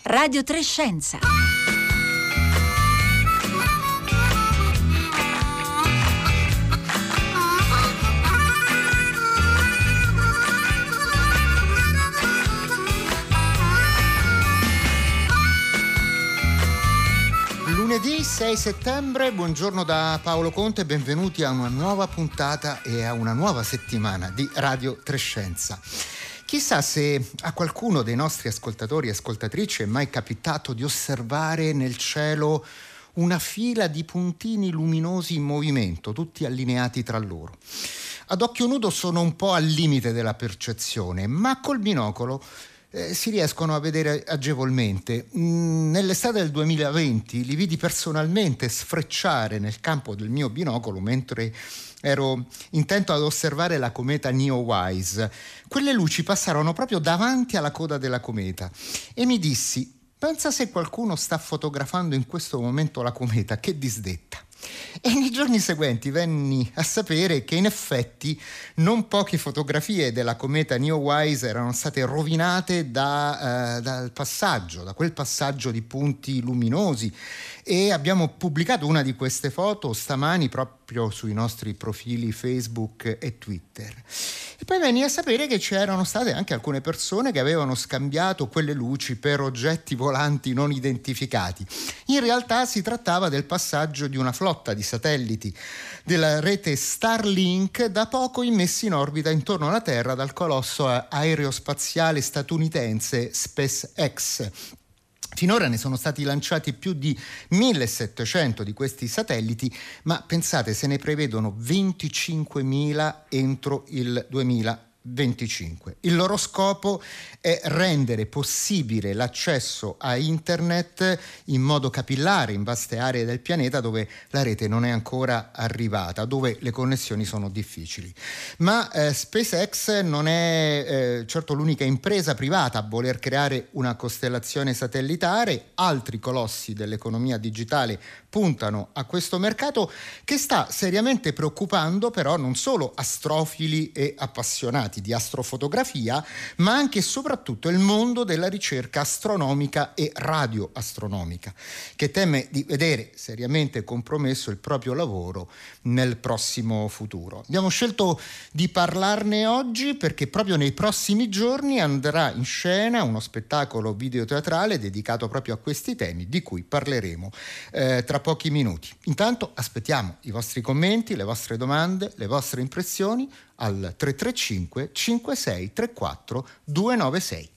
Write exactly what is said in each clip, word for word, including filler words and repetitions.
Radio tre Scienza. Lunedì sei settembre, buongiorno da Paolo Conte e benvenuti a una nuova puntata e a una nuova settimana di Radio tre Scienza. Chissà se a qualcuno dei nostri ascoltatori e ascoltatrici è mai capitato di osservare nel cielo una fila di puntini luminosi in movimento, tutti allineati tra loro. Ad occhio nudo sono un po' al limite della percezione, ma col binocolo eh, si riescono a vedere agevolmente. Mm, nell'estate del duemilaventi li vidi personalmente sfrecciare nel campo del mio binocolo mentre ero intento ad osservare la cometa Neowise. Quelle luci passarono proprio davanti alla coda della cometa e mi dissi: pensa se qualcuno sta fotografando in questo momento la cometa, che disdetta. E nei giorni seguenti venni a sapere che in effetti non poche fotografie della cometa Neowise erano state rovinate da, eh, dal passaggio, da quel passaggio di punti luminosi, e abbiamo pubblicato una di queste foto stamani proprio sui nostri profili Facebook e Twitter. E poi venni a sapere che c'erano state anche alcune persone che avevano scambiato quelle luci per oggetti volanti non identificati. In realtà si trattava del passaggio di una flotta di satelliti della rete Starlink da poco immessi in orbita intorno alla Terra dal colosso aerospaziale statunitense SpaceX. Finora ne sono stati lanciati più di millesettecento di questi satelliti, ma pensate, se ne prevedono venticinquemila entro il duemilaventicinque. Il loro scopo è rendere possibile l'accesso a internet in modo capillare in vaste aree del pianeta dove la rete non è ancora arrivata, dove le connessioni sono difficili. Ma eh, SpaceX non è eh, certo l'unica impresa privata a voler creare una costellazione satellitare. Altri colossi dell'economia digitale puntano a questo mercato, che sta seriamente preoccupando però non solo astrofili e appassionati di astrofotografia, ma anche e soprattutto il mondo della ricerca astronomica e radioastronomica, che teme di vedere seriamente compromesso il proprio lavoro nel prossimo futuro. Abbiamo scelto di parlarne oggi perché proprio nei prossimi giorni andrà in scena uno spettacolo videoteatrale dedicato proprio a questi temi, di cui parleremo eh, tra pochi minuti. Intanto aspettiamo i vostri commenti, le vostre domande, le vostre impressioni al tre tre cinque cinque sei tre quattro due nove sei.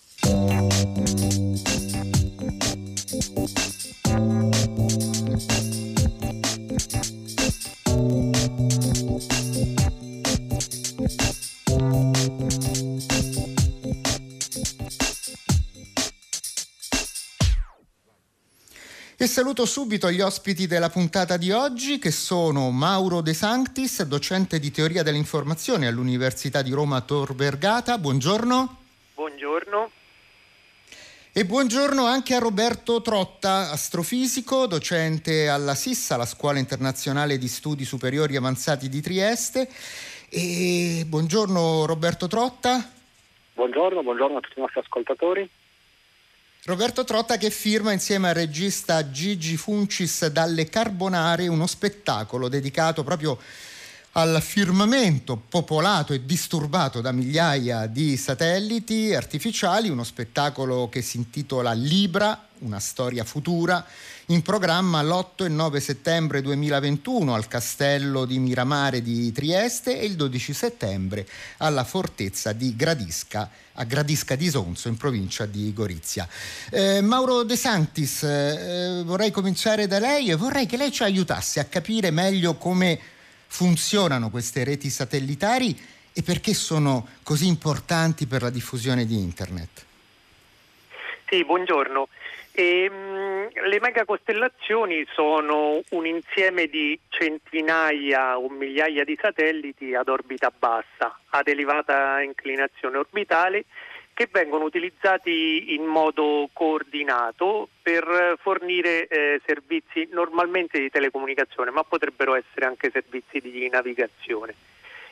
E saluto subito gli ospiti della puntata di oggi, che sono Mauro De Sanctis, docente di teoria dell'informazione all'Università di Roma Tor Vergata. Buongiorno. Buongiorno. E buongiorno anche a Roberto Trotta, astrofisico, docente alla SISSA, la Scuola Internazionale di Studi Superiori Avanzati di Trieste. E buongiorno Roberto Trotta. Buongiorno, buongiorno a tutti i nostri ascoltatori. Roberto Trotta, che firma insieme al regista Gigi Funcis Dalle Carbonare uno spettacolo dedicato proprio al firmamento popolato e disturbato da migliaia di satelliti artificiali, uno spettacolo che si intitola Libra, una storia futura, in programma l'otto e nove settembre duemilaventuno al Castello di Miramare di Trieste e il dodici settembre alla Fortezza di Gradisca, a Gradisca di Sonzo, in provincia di Gorizia. Eh, Mauro De Sanctis, eh, vorrei cominciare da lei e vorrei che lei ci aiutasse a capire meglio come funzionano queste reti satellitari e perché sono così importanti per la diffusione di internet. Sì, buongiorno. Ehm, le megacostellazioni sono un insieme di centinaia o migliaia di satelliti ad orbita bassa, ad elevata inclinazione orbitale, che vengono utilizzati in modo coordinato per fornire eh, servizi normalmente di telecomunicazione, ma potrebbero essere anche servizi di navigazione.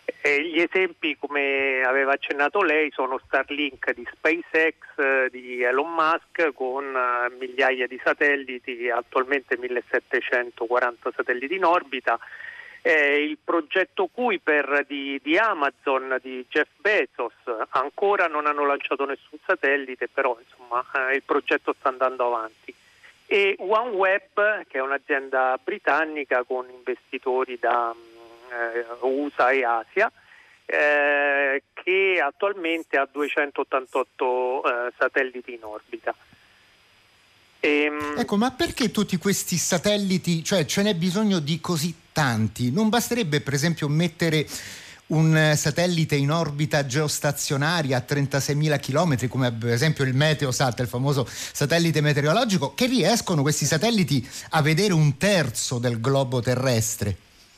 Eh, gli esempi, come aveva accennato lei, sono Starlink di SpaceX, eh, di Elon Musk, con eh, migliaia di satelliti, attualmente millesettecentoquaranta satelliti in orbita. Eh, il progetto Kuiper di, di Amazon, di Jeff Bezos, ancora non hanno lanciato nessun satellite, però insomma eh, il progetto sta andando avanti. E OneWeb, che è un'azienda britannica con investitori da eh, U S A e Asia, eh, che attualmente ha duecentottantotto eh, satelliti in orbita. Ehm... Ecco, ma perché tutti questi satelliti, cioè ce n'è bisogno di così tanti? Non basterebbe per esempio mettere un satellite in orbita geostazionaria a trentaseimila chilometri, come per esempio il Meteosat, il famoso satellite meteorologico, che riescono questi satelliti a vedere un terzo del globo terrestre?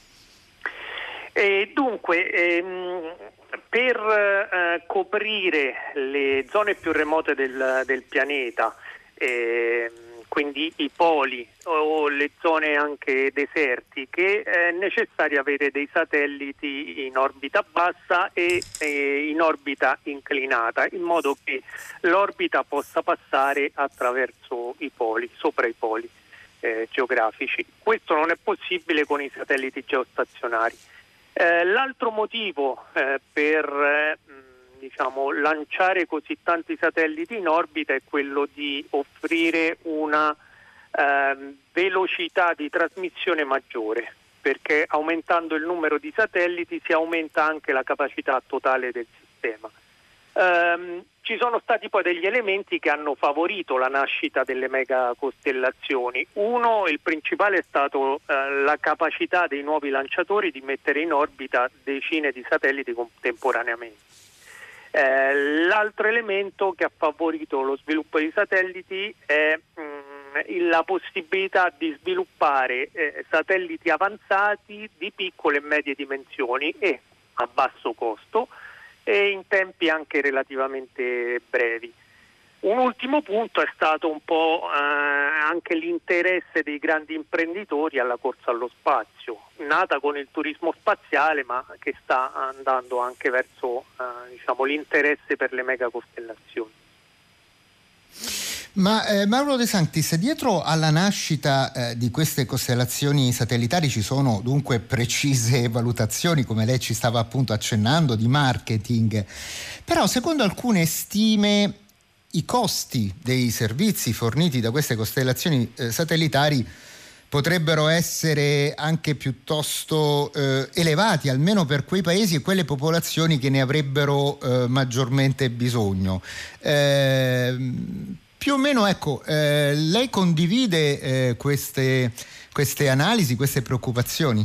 E dunque, ehm, per eh, coprire le zone più remote del, del pianeta, eh, quindi i poli o le zone anche desertiche, è necessario avere dei satelliti in orbita bassa e, e in orbita inclinata, in modo che l'orbita possa passare attraverso i poli, sopra i poli eh, geografici. Questo non è possibile con i satelliti geostazionari. Eh, l'altro motivo eh, per eh, diciamo, lanciare così tanti satelliti in orbita è quello di offrire una eh, velocità di trasmissione maggiore, perché aumentando il numero di satelliti si aumenta anche la capacità totale del sistema. Um, ci sono stati poi degli elementi che hanno favorito la nascita delle megacostellazioni. Uno, il principale, è stato uh, la capacità dei nuovi lanciatori di mettere in orbita decine di satelliti contemporaneamente. Uh, l'altro elemento che ha favorito lo sviluppo dei satelliti è mh, la possibilità di sviluppare eh, satelliti avanzati di piccole e medie dimensioni e a basso costo, e in tempi anche relativamente brevi. Un ultimo punto è stato un po' eh, anche l'interesse dei grandi imprenditori alla corsa allo spazio, nata con il turismo spaziale, ma che sta andando anche verso eh, diciamo, l'interesse per le megacostellazioni. Ma eh, Mauro De Sanctis, dietro alla nascita eh, di queste costellazioni satellitari ci sono dunque precise valutazioni, come lei ci stava appunto accennando, di marketing, però secondo alcune stime i costi dei servizi forniti da queste costellazioni eh, satellitari potrebbero essere anche piuttosto eh, elevati, almeno per quei paesi e quelle popolazioni che ne avrebbero eh, maggiormente bisogno. Eh, Più o meno, ecco, eh, lei condivide eh, queste, queste analisi, queste preoccupazioni?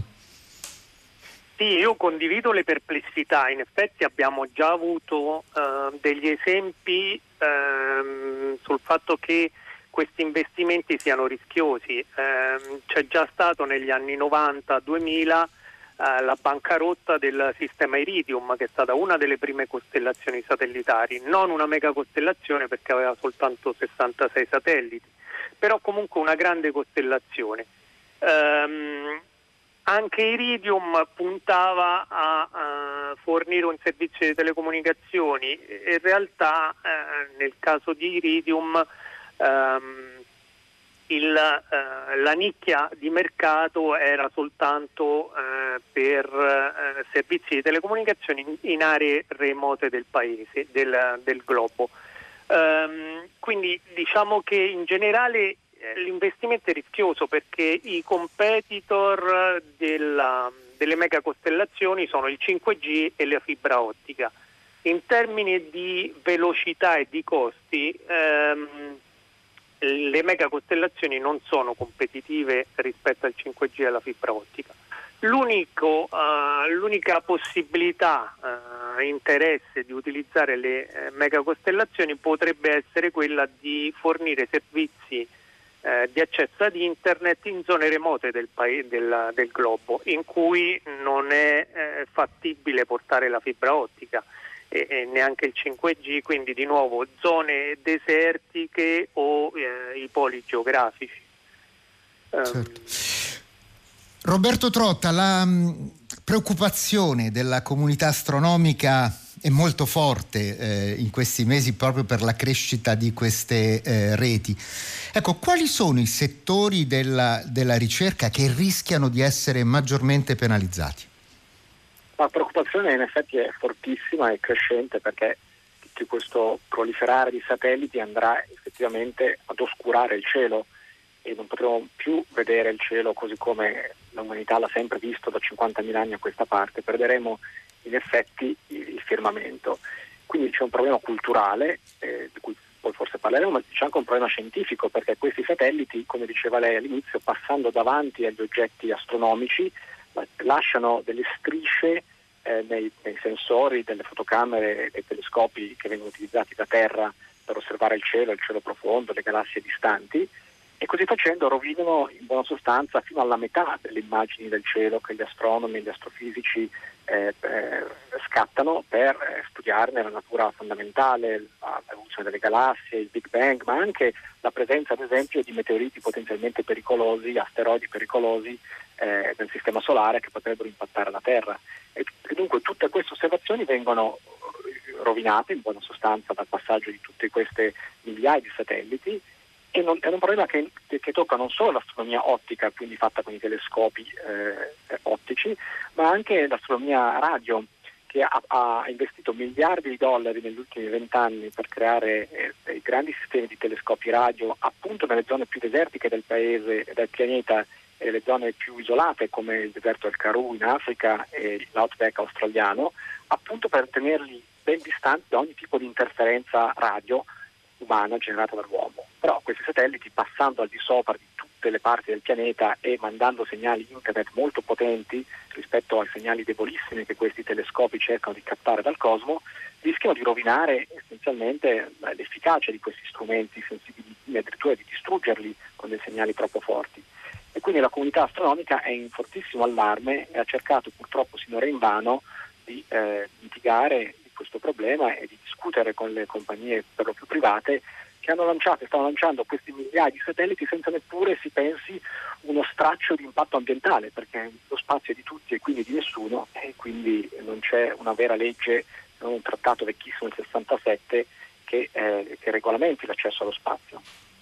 Sì, io condivido le perplessità. In effetti abbiamo già avuto eh, degli esempi eh, sul fatto che questi investimenti siano rischiosi. Eh, c'è già stato negli anni novanta duemila Uh, la bancarotta del sistema Iridium, che è stata una delle prime costellazioni satellitari, non una megacostellazione perché aveva soltanto sessantasei satelliti, però comunque una grande costellazione. Um, anche Iridium puntava a, a fornire un servizio di telecomunicazioni. In realtà uh, nel caso di Iridium um, Il, eh, la nicchia di mercato era soltanto eh, per eh, servizi di telecomunicazioni in, in aree remote del paese, del, del globo. Um, quindi diciamo che in generale eh, l'investimento è rischioso perché i competitor della, delle megacostellazioni sono il cinque G e la fibra ottica. In termini di velocità e di costi, ehm, le megacostellazioni non sono competitive rispetto al cinque G e alla fibra ottica. L'unico, uh, l'unica possibilità, uh, interesse di utilizzare le eh, megacostellazioni potrebbe essere quella di fornire servizi eh, di accesso ad internet in zone remote del, paese, del, del globo, in cui non è eh, fattibile portare la fibra ottica e neanche il cinque G, quindi di nuovo zone desertiche o eh, i poli geografici. Certo. Um, Roberto Trotta, la, preoccupazione della comunità astronomica è molto forte eh, in questi mesi proprio per la crescita di queste eh, reti. Ecco, quali sono i settori della, della ricerca che rischiano di essere maggiormente penalizzati? La preoccupazione in effetti è fortissima e crescente, perché tutto questo proliferare di satelliti andrà effettivamente ad oscurare il cielo e non potremo più vedere il cielo così come l'umanità l'ha sempre visto da cinquantamila anni a questa parte. Perderemo in effetti il firmamento. Quindi c'è un problema culturale, eh, di cui poi forse parleremo, ma c'è anche un problema scientifico, perché questi satelliti, come diceva lei all'inizio, passando davanti agli oggetti astronomici, lasciano delle strisce eh, nei, nei sensori delle fotocamere e dei telescopi che vengono utilizzati da terra per osservare il cielo, il cielo profondo, le galassie distanti, e così facendo rovinano in buona sostanza fino alla metà delle immagini del cielo che gli astronomi e gli astrofisici eh, eh, scattano per eh, studiarne la natura fondamentale, l'evoluzione delle galassie, il Big Bang, ma anche la presenza ad esempio di meteoriti potenzialmente pericolosi, asteroidi pericolosi eh, nel sistema solare che potrebbero impattare la Terra. E, e dunque tutte queste osservazioni vengono rovinate in buona sostanza dal passaggio di tutte queste migliaia di satelliti. E non, è un problema che, che, che tocca non solo l'astronomia ottica, quindi fatta con i telescopi eh, ottici, ma anche l'astronomia radio, che ha, ha investito miliardi di dollari negli ultimi vent'anni per creare eh, dei grandi sistemi di telescopi radio appunto nelle zone più desertiche del paese, del pianeta, e le zone più isolate come il deserto del Karoo in Africa e l'outback australiano, appunto per tenerli ben distanti da ogni tipo di interferenza radio umana generata dall'uomo. Però questi satelliti, passando al di sopra di tutte le parti del pianeta e mandando segnali internet molto potenti rispetto ai segnali debolissimi che questi telescopi cercano di captare dal cosmo, rischiano di rovinare essenzialmente l'efficacia di questi strumenti sensibili e addirittura di distruggerli con dei segnali troppo forti. E quindi la comunità astronomica è in fortissimo allarme e ha cercato purtroppo sinora invano di eh, mitigare questo problema e di discutere con le compagnie per lo più private che hanno lanciato e stanno lanciando questi migliaia di satelliti senza neppure, si pensi, uno straccio di impatto ambientale, perché lo spazio è di tutti e quindi di nessuno, e quindi non c'è una vera legge, un trattato vecchissimo del sessantasette che, eh, che regolamenti l'accesso allo spazio.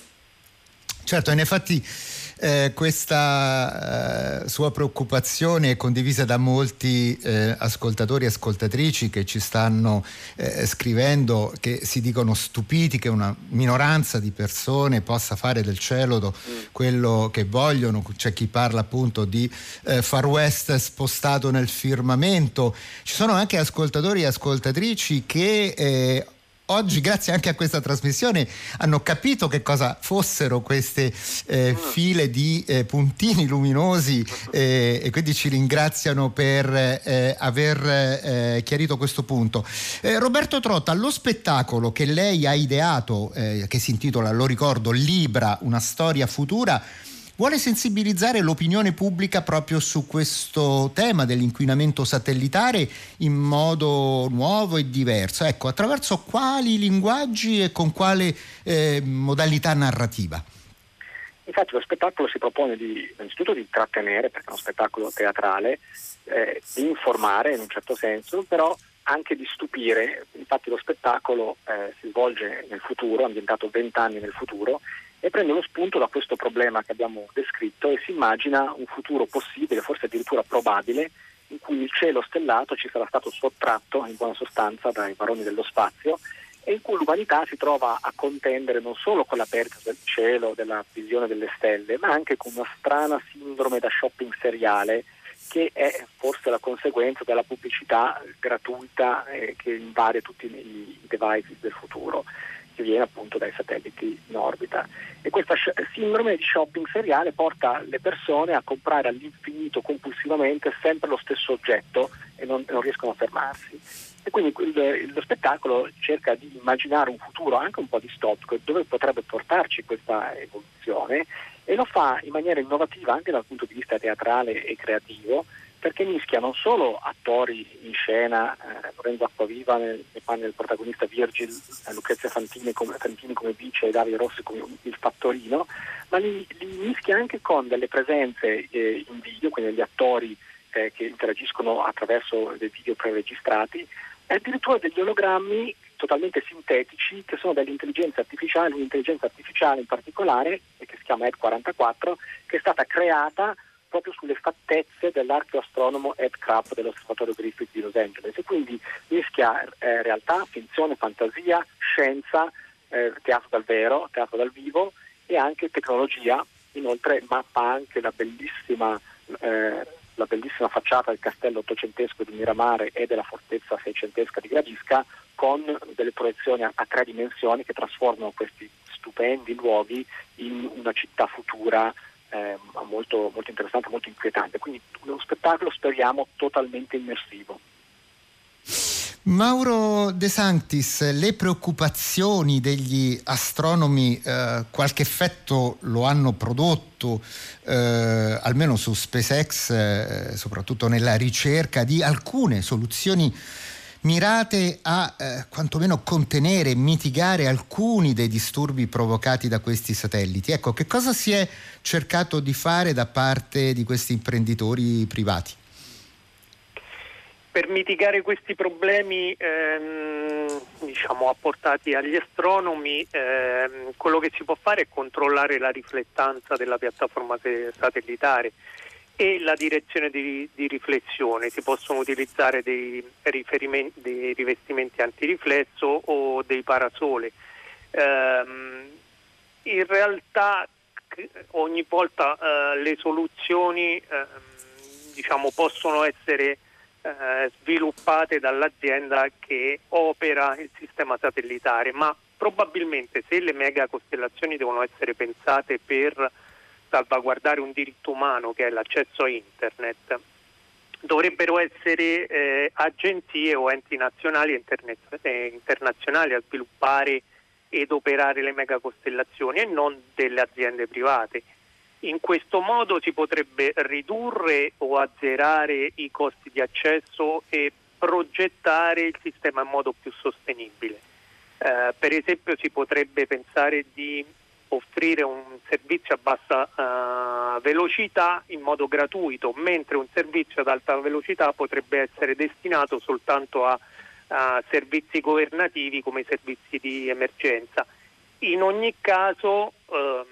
Certo, in effetti eh, questa eh, sua preoccupazione è condivisa da molti eh, ascoltatori e ascoltatrici che ci stanno eh, scrivendo, che si dicono stupiti che una minoranza di persone possa fare del cielo do, mm. quello che vogliono. C'è chi parla appunto di eh, Far West spostato nel firmamento. Ci sono anche ascoltatori e ascoltatrici che eh, oggi, grazie anche a questa trasmissione, hanno capito che cosa fossero queste eh, file di eh, puntini luminosi eh, e quindi ci ringraziano per eh, aver eh, chiarito questo punto. Eh, Roberto Trotta, lo spettacolo che lei ha ideato, eh, che si intitola, lo ricordo, Libra, una storia futura, vuole sensibilizzare l'opinione pubblica proprio su questo tema dell'inquinamento satellitare in modo nuovo e diverso. Ecco, attraverso quali linguaggi e con quale eh, modalità narrativa? Infatti lo spettacolo si propone di, innanzitutto di trattenere, perché è uno spettacolo teatrale, eh, di informare in un certo senso, però anche di stupire. Infatti lo spettacolo eh, si svolge nel futuro, ambientato vent'anni nel futuro, e prende lo spunto da questo problema che abbiamo descritto e si immagina un futuro possibile, forse addirittura probabile, in cui il cielo stellato ci sarà stato sottratto in buona sostanza dai baroni dello spazio e in cui l'umanità si trova a contendere non solo con la perdita del cielo, della visione delle stelle, ma anche con una strana sindrome da shopping seriale che è forse la conseguenza della pubblicità gratuita eh, che invade tutti i device del futuro, che viene appunto dai satelliti in orbita. E questa sindrome di shopping seriale porta le persone a comprare all'infinito compulsivamente sempre lo stesso oggetto e non, non riescono a fermarsi. E quindi il, lo spettacolo cerca di immaginare un futuro anche un po' distopico dove potrebbe portarci questa evoluzione, e lo fa in maniera innovativa anche dal punto di vista teatrale e creativo, perché mischia non solo attori in scena, eh, Lorenzo Acquaviva nel, nei panni del protagonista Virgil, eh, Lucrezia Fantini come, Fantini come Vice e Davide Rossi come il Fattorino, ma li, li mischia anche con delle presenze eh, in video, quindi degli attori eh, che interagiscono attraverso dei video preregistrati, e addirittura degli ologrammi totalmente sintetici che sono dell'intelligenza artificiale, un'intelligenza artificiale in particolare, che si chiama Ed quarantaquattro, che è stata creata proprio sulle fattezze dell'archeoastronomo Ed Crump dell'osservatorio Griffith di Los Angeles, e quindi mischia eh, realtà, finzione, fantasia, scienza, eh, teatro dal vero, teatro dal vivo e anche tecnologia. Inoltre mappa anche la bellissima eh, la bellissima facciata del castello ottocentesco di Miramare e della fortezza seicentesca di Gradisca, con delle proiezioni a, a tre dimensioni che trasformano questi stupendi luoghi in una città futura eh, molto, molto interessante, molto inquietante. Quindi uno spettacolo, speriamo, totalmente immersivo. Mauro De Sanctis, le preoccupazioni degli astronomi eh, qualche effetto lo hanno prodotto, eh, almeno su SpaceX, eh, soprattutto nella ricerca di alcune soluzioni mirate a eh, quantomeno contenere e mitigare alcuni dei disturbi provocati da questi satelliti. Ecco, che cosa si è cercato di fare da parte di questi imprenditori privati? Per mitigare questi problemi ehm, diciamo apportati agli astronomi, ehm, quello che si può fare è controllare la riflettanza della piattaforma satellitare e la direzione di, di riflessione. Si possono utilizzare dei, riferimenti, dei rivestimenti antiriflesso o dei parasole. Ehm, in realtà ogni volta eh, le soluzioni eh, diciamo possono essere Eh, sviluppate dall'azienda che opera il sistema satellitare, ma probabilmente se le mega costellazioni devono essere pensate per salvaguardare un diritto umano che è l'accesso a internet, dovrebbero essere eh, agenzie o enti nazionali e internet- eh, internazionali a sviluppare ed operare le mega costellazioni e non delle aziende private. In questo modo si potrebbe ridurre o azzerare i costi di accesso e progettare il sistema in modo più sostenibile. Eh, per esempio si potrebbe pensare di offrire un servizio a bassa uh, velocità in modo gratuito, mentre un servizio ad alta velocità potrebbe essere destinato soltanto a, a servizi governativi come i servizi di emergenza. In ogni caso ehm,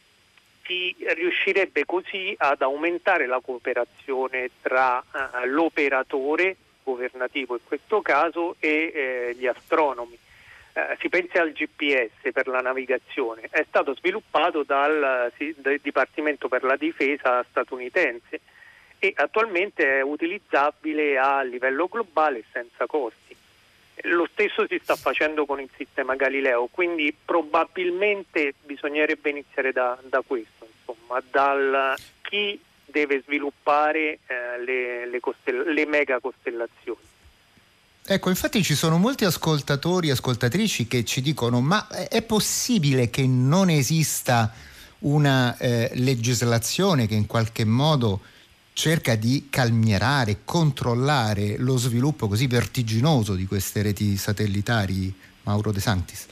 si riuscirebbe così ad aumentare la cooperazione tra uh, l'operatore governativo in questo caso e eh, gli astronomi. Uh, si pensi al G P S per la navigazione, è stato sviluppato dal, sì, dal Dipartimento per la Difesa statunitense e attualmente è utilizzabile a livello globale senza costi. Lo stesso si sta facendo con il sistema Galileo, quindi probabilmente bisognerebbe iniziare da, da questo, insomma, dal chi deve sviluppare eh, le, le, costell- le mega costellazioni. Ecco, infatti ci sono molti ascoltatori e ascoltatrici che ci dicono: ma è possibile che non esista una eh, legislazione che in qualche modo cerca di calmierare, controllare lo sviluppo così vertiginoso di queste reti satellitari, Mauro De Sanctis?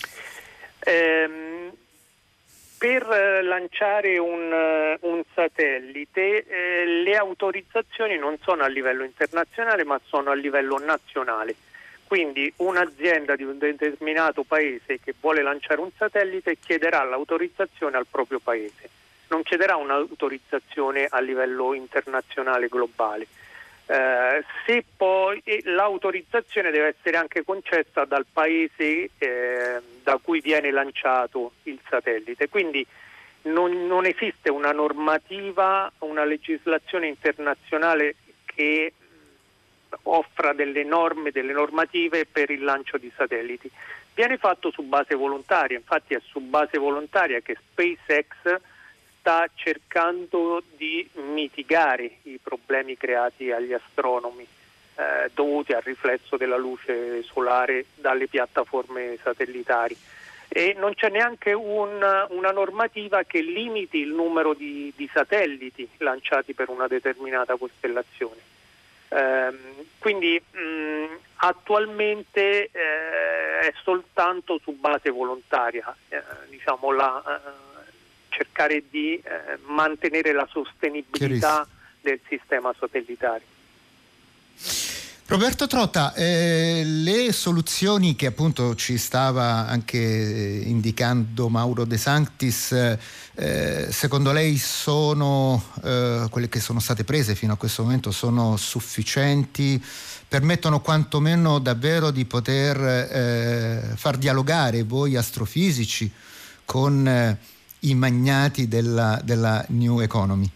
Ehm, per lanciare un, un satellite eh, le autorizzazioni non sono a livello internazionale ma sono a livello nazionale. Quindi un'azienda di un determinato paese che vuole lanciare un satellite chiederà l'autorizzazione al proprio paese. Non chiederà un'autorizzazione a livello internazionale globale. Eh, se poi eh, l'autorizzazione deve essere anche concessa dal paese eh, da cui viene lanciato il satellite. Quindi non, non esiste una normativa, una legislazione internazionale che offra delle norme, delle normative per il lancio di satelliti. Viene fatto su base volontaria, infatti è su base volontaria che SpaceX sta cercando di mitigare i problemi creati agli astronomi eh, dovuti al riflesso della luce solare dalle piattaforme satellitari. E non c'è neanche un, una normativa che limiti il numero di, di satelliti lanciati per una determinata costellazione. Eh, quindi mh, attualmente eh, è soltanto su base volontaria, eh, diciamo la... Eh, cercare di eh, mantenere la sostenibilità del sistema satellitare. Roberto Trotta, eh, le soluzioni che appunto ci stava anche indicando Mauro De Sanctis, eh, secondo lei sono eh, quelle che sono state prese fino a questo momento, sono sufficienti, permettono quantomeno davvero di poter eh, far dialogare voi astrofisici con eh, i magnati della, della New Economy?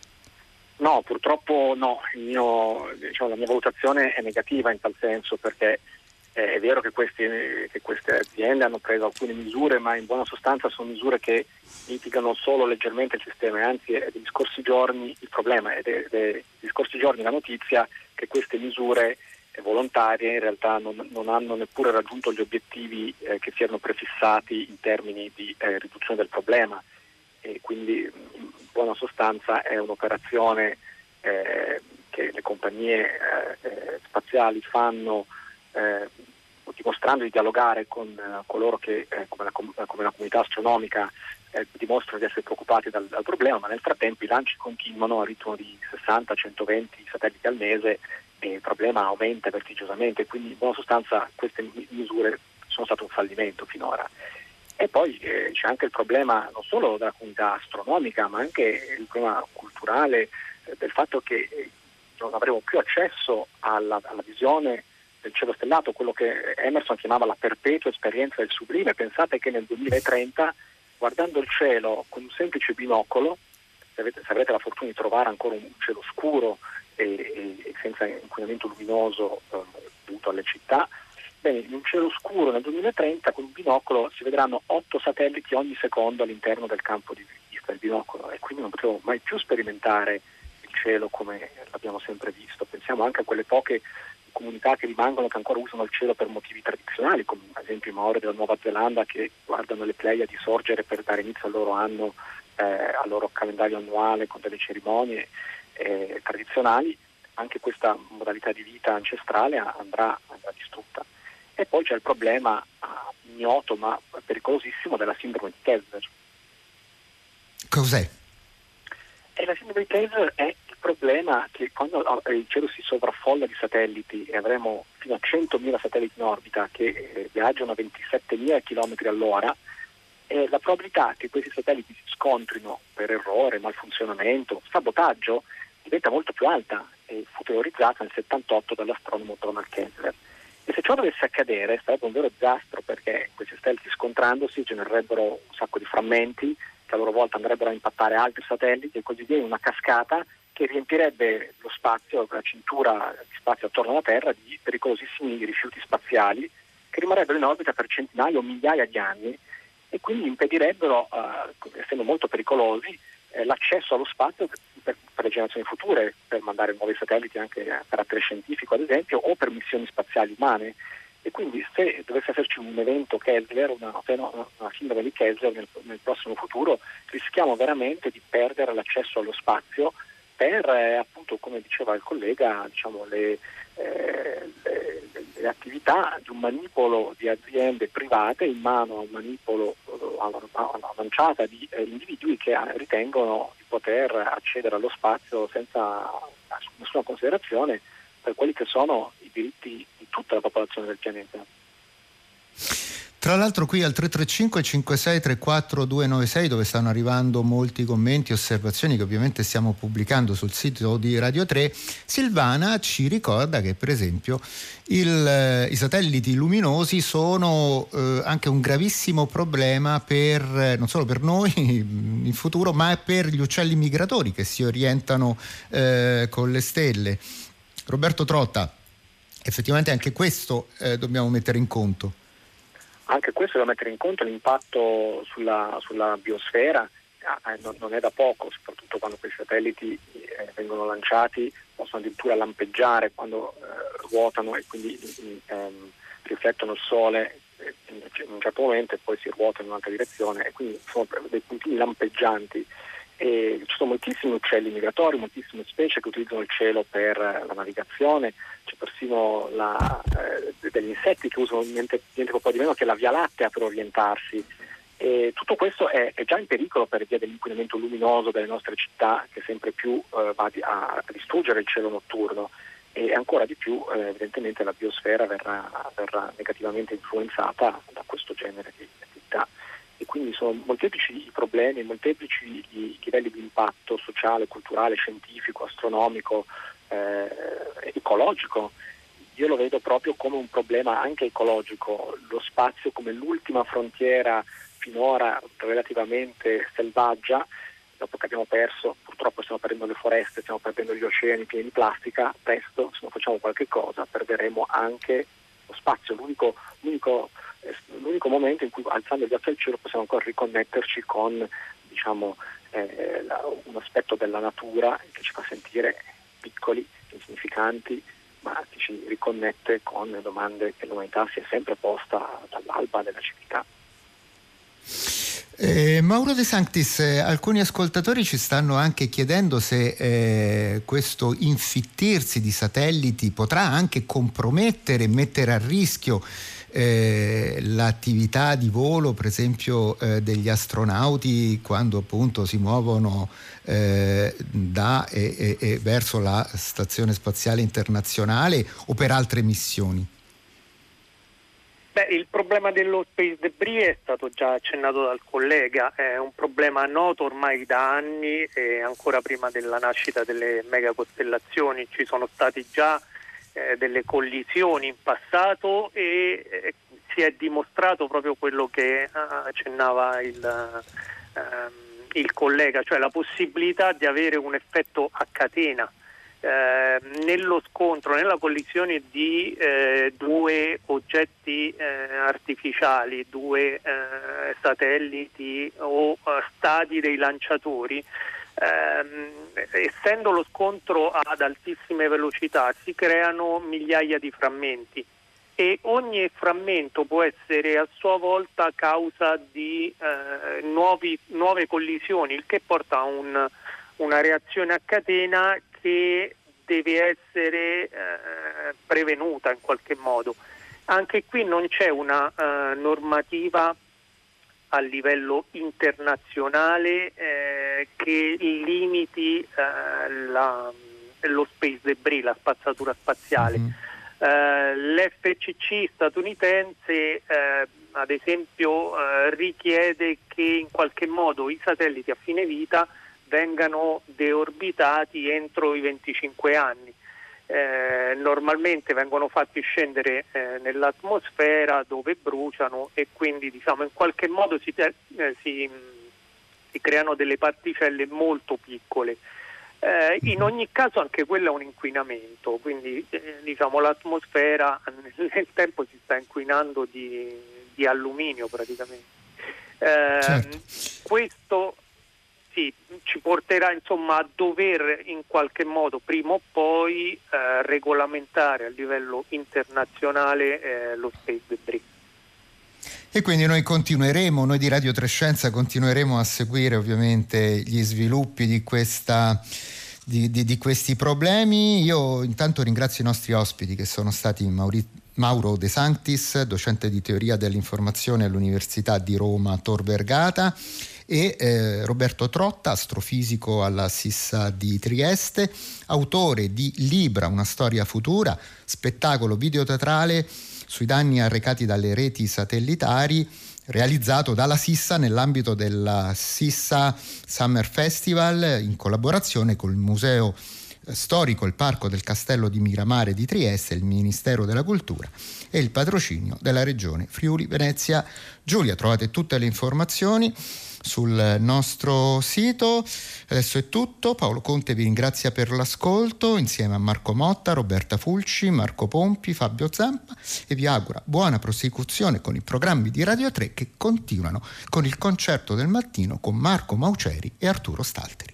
No, purtroppo no, il mio, diciamo, la mia valutazione è negativa in tal senso, perché eh, è vero che, questi, che queste aziende hanno preso alcune misure, ma in buona sostanza sono misure che mitigano solo leggermente il sistema, e anzi è degli scorsi giorni il problema, è de, de, degli scorsi giorni la notizia che queste misure eh, volontarie in realtà non, non hanno neppure raggiunto gli obiettivi eh, che si erano prefissati in termini di eh, riduzione del problema, e quindi in buona sostanza è un'operazione eh, che le compagnie eh, spaziali fanno eh, dimostrando di dialogare con eh, coloro che eh, come, la, come la comunità astronomica eh, dimostrano di essere preoccupati dal, dal problema, ma nel frattempo i lanci continuano a ritmo di sessanta centoventi satelliti al mese e il problema aumenta vertiginosamente, quindi in buona sostanza queste misure sono state un fallimento finora. E poi eh, c'è anche il problema non solo della comunità astronomica, ma anche il problema culturale eh, del fatto che eh, non avremo più accesso alla, alla visione del cielo stellato, quello che Emerson chiamava la perpetua esperienza del sublime. Pensate che nel duemilatrenta, guardando il cielo con un semplice binocolo, se, avete, se avrete la fortuna di trovare ancora un cielo scuro e, e, e senza inquinamento luminoso eh, dovuto alle città, bene, in un cielo scuro nel duemilatrenta con un binocolo si vedranno otto satelliti ogni secondo all'interno del campo di vista del binocolo, e quindi non potremo mai più sperimentare il cielo come l'abbiamo sempre visto. Pensiamo anche a quelle poche comunità che rimangono, che ancora usano il cielo per motivi tradizionali, come ad esempio i Maori della Nuova Zelanda, che guardano le Pleiadi sorgere per dare inizio al loro anno, eh, al loro calendario annuale con delle cerimonie eh, tradizionali. Anche questa modalità di vita ancestrale andrà, andrà distrutta. E poi c'è il problema uh, ignoto ma pericolosissimo della sindrome di Kessler. Cos'è? E la sindrome di Kessler è il problema che quando il cielo si sovraffolla di satelliti e avremo fino a centomila satelliti in orbita che eh, viaggiano a ventisettemila chilometri all'ora, eh, la probabilità che questi satelliti si scontrino per errore, malfunzionamento, sabotaggio diventa molto più alta, e fu teorizzata nel settantotto dall'astronomo Donald Kessler. E se ciò dovesse accadere sarebbe un vero disastro, perché questi satelliti scontrandosi genererebbero un sacco di frammenti che a loro volta andrebbero a impattare altri satelliti e così via, in una cascata che riempirebbe lo spazio, la cintura di spazio attorno alla Terra, di pericolosissimi rifiuti spaziali che rimarrebbero in orbita per centinaia o migliaia di anni, e quindi impedirebbero, eh, essendo molto pericolosi, eh, l'accesso allo spazio per, per le generazioni future, per mandare nuovi satelliti anche a carattere scientifico ad esempio, o per missioni spaziali umane. E quindi se dovesse esserci un evento Kessler, una, una, una sindrome di Kessler nel, nel prossimo futuro, rischiamo veramente di perdere l'accesso allo spazio per eh, appunto, come diceva il collega, diciamo le, eh, le, le attività di un manipolo di aziende private in mano a un manipolo, a una manciata di eh, individui che ritengono di poter accedere allo spazio senza nessuna considerazione per quelli che sono i diritti di tutta la popolazione del pianeta. Tra l'altro qui al tre tre cinque cinque sei tre quattro due nove sei, dove stanno arrivando molti commenti e osservazioni che ovviamente stiamo pubblicando sul sito di Radio tre, Silvana ci ricorda che per esempio il, eh, i satelliti luminosi sono eh, anche un gravissimo problema per eh, non solo per noi in futuro, ma per gli uccelli migratori che si orientano eh, con le stelle. Roberto Trotta, effettivamente anche questo eh, dobbiamo mettere in conto. Anche questo da mettere in conto, l'impatto sulla, sulla biosfera eh, non, non è da poco, soprattutto quando questi satelliti eh, vengono lanciati, possono addirittura lampeggiare quando eh, ruotano e quindi ehm, riflettono il sole eh, in un certo momento e poi si ruotano in un'altra direzione, e quindi sono dei puntini lampeggianti. E ci sono moltissimi uccelli migratori, moltissime specie che utilizzano il cielo per la navigazione, c'è persino la, eh, degli insetti che usano niente, niente po' di meno che la Via Lattea per orientarsi, e E tutto questo è, è già in pericolo per via dell'inquinamento luminoso delle nostre città, che sempre più eh, va a, a distruggere il cielo notturno, e ancora di più eh, evidentemente la biosfera verrà, verrà negativamente influenzata da questo genere di attività. E quindi sono molteplici i problemi, molteplici i livelli di impatto sociale, culturale, scientifico, astronomico, eh, ecologico. Io lo vedo proprio come un problema anche ecologico, lo spazio come l'ultima frontiera finora relativamente selvaggia. Dopo che abbiamo perso, purtroppo stiamo perdendo le foreste, stiamo perdendo gli oceani pieni di plastica, presto, se non facciamo qualche cosa, perderemo anche lo spazio. L'unico, l'unico, eh, l'unico momento in cui, alzando gli occhi al cielo, possiamo ancora riconnetterci con, diciamo, eh, la, un aspetto della natura che ci fa sentire piccoli, insignificanti, ma che ci riconnette con le domande che l'umanità si è sempre posta dall'alba della civiltà. Eh, Mauro De Sanctis, eh, alcuni ascoltatori ci stanno anche chiedendo se eh, questo infittirsi di satelliti potrà anche compromettere, mettere a rischio eh, l'attività di volo, per esempio eh, degli astronauti quando appunto si muovono eh, da e, e, e verso la Stazione Spaziale Internazionale o per altre missioni. Beh, il problema dello space debris è stato già accennato dal collega, è un problema noto ormai da anni e ancora prima della nascita delle megacostellazioni. Ci sono stati già eh, delle collisioni in passato e eh, si è dimostrato proprio quello che accennava il, ehm, il collega, cioè la possibilità di avere un effetto a catena. Eh, nello scontro, nella collisione di eh, due oggetti eh, artificiali, due eh, satelliti o eh, stadi dei lanciatori, ehm, essendo lo scontro ad altissime velocità, si creano migliaia di frammenti e ogni frammento può essere a sua volta causa di eh, nuovi, nuove collisioni, il che porta a un, una reazione a catena che deve essere eh, prevenuta in qualche modo. Anche qui non c'è una eh, normativa a livello internazionale eh, che limiti eh, la, lo space debris, la spazzatura spaziale. Mm-hmm. Eh, l'F C C statunitense eh, ad esempio eh, richiede che in qualche modo i satelliti a fine vita vengano deorbitati entro i venticinque anni. Eh, normalmente vengono fatti scendere eh, nell'atmosfera dove bruciano e quindi diciamo in qualche modo si, eh, si, si creano delle particelle molto piccole. Eh, in ogni caso anche quello è un inquinamento, quindi eh, diciamo l'atmosfera nel tempo si sta inquinando di, di alluminio praticamente. Eh, certo. Questo sì, ci porterà insomma a dover in qualche modo prima o poi eh, regolamentare a livello internazionale eh, lo space debris. E quindi noi continueremo, noi di Radio Trescenza continueremo a seguire ovviamente gli sviluppi di questa di, di, di questi problemi. Io intanto ringrazio i nostri ospiti che sono stati Mauri, Mauro De Sanctis, docente di teoria dell'informazione all'Università di Roma Tor Vergata, e eh, Roberto Trotta, astrofisico alla SISSA di Trieste, autore di Libra, una storia futura, spettacolo videoteatrale sui danni arrecati dalle reti satellitari, realizzato dalla SISSA nell'ambito della SISSA Summer Festival in collaborazione col Museo Storico, il Parco del Castello di Miramare di Trieste, il Ministero della Cultura e il patrocinio della Regione Friuli Venezia Giulia. Trovate tutte le informazioni sul nostro sito. Adesso è tutto. Paolo Conte vi ringrazia per l'ascolto insieme a Marco Motta, Roberta Fulci, Marco Pompi, Fabio Zampa, e vi augura buona prosecuzione con i programmi di Radio tre che continuano con il Concerto del Mattino con Marco Mauceri e Arturo Stalteri.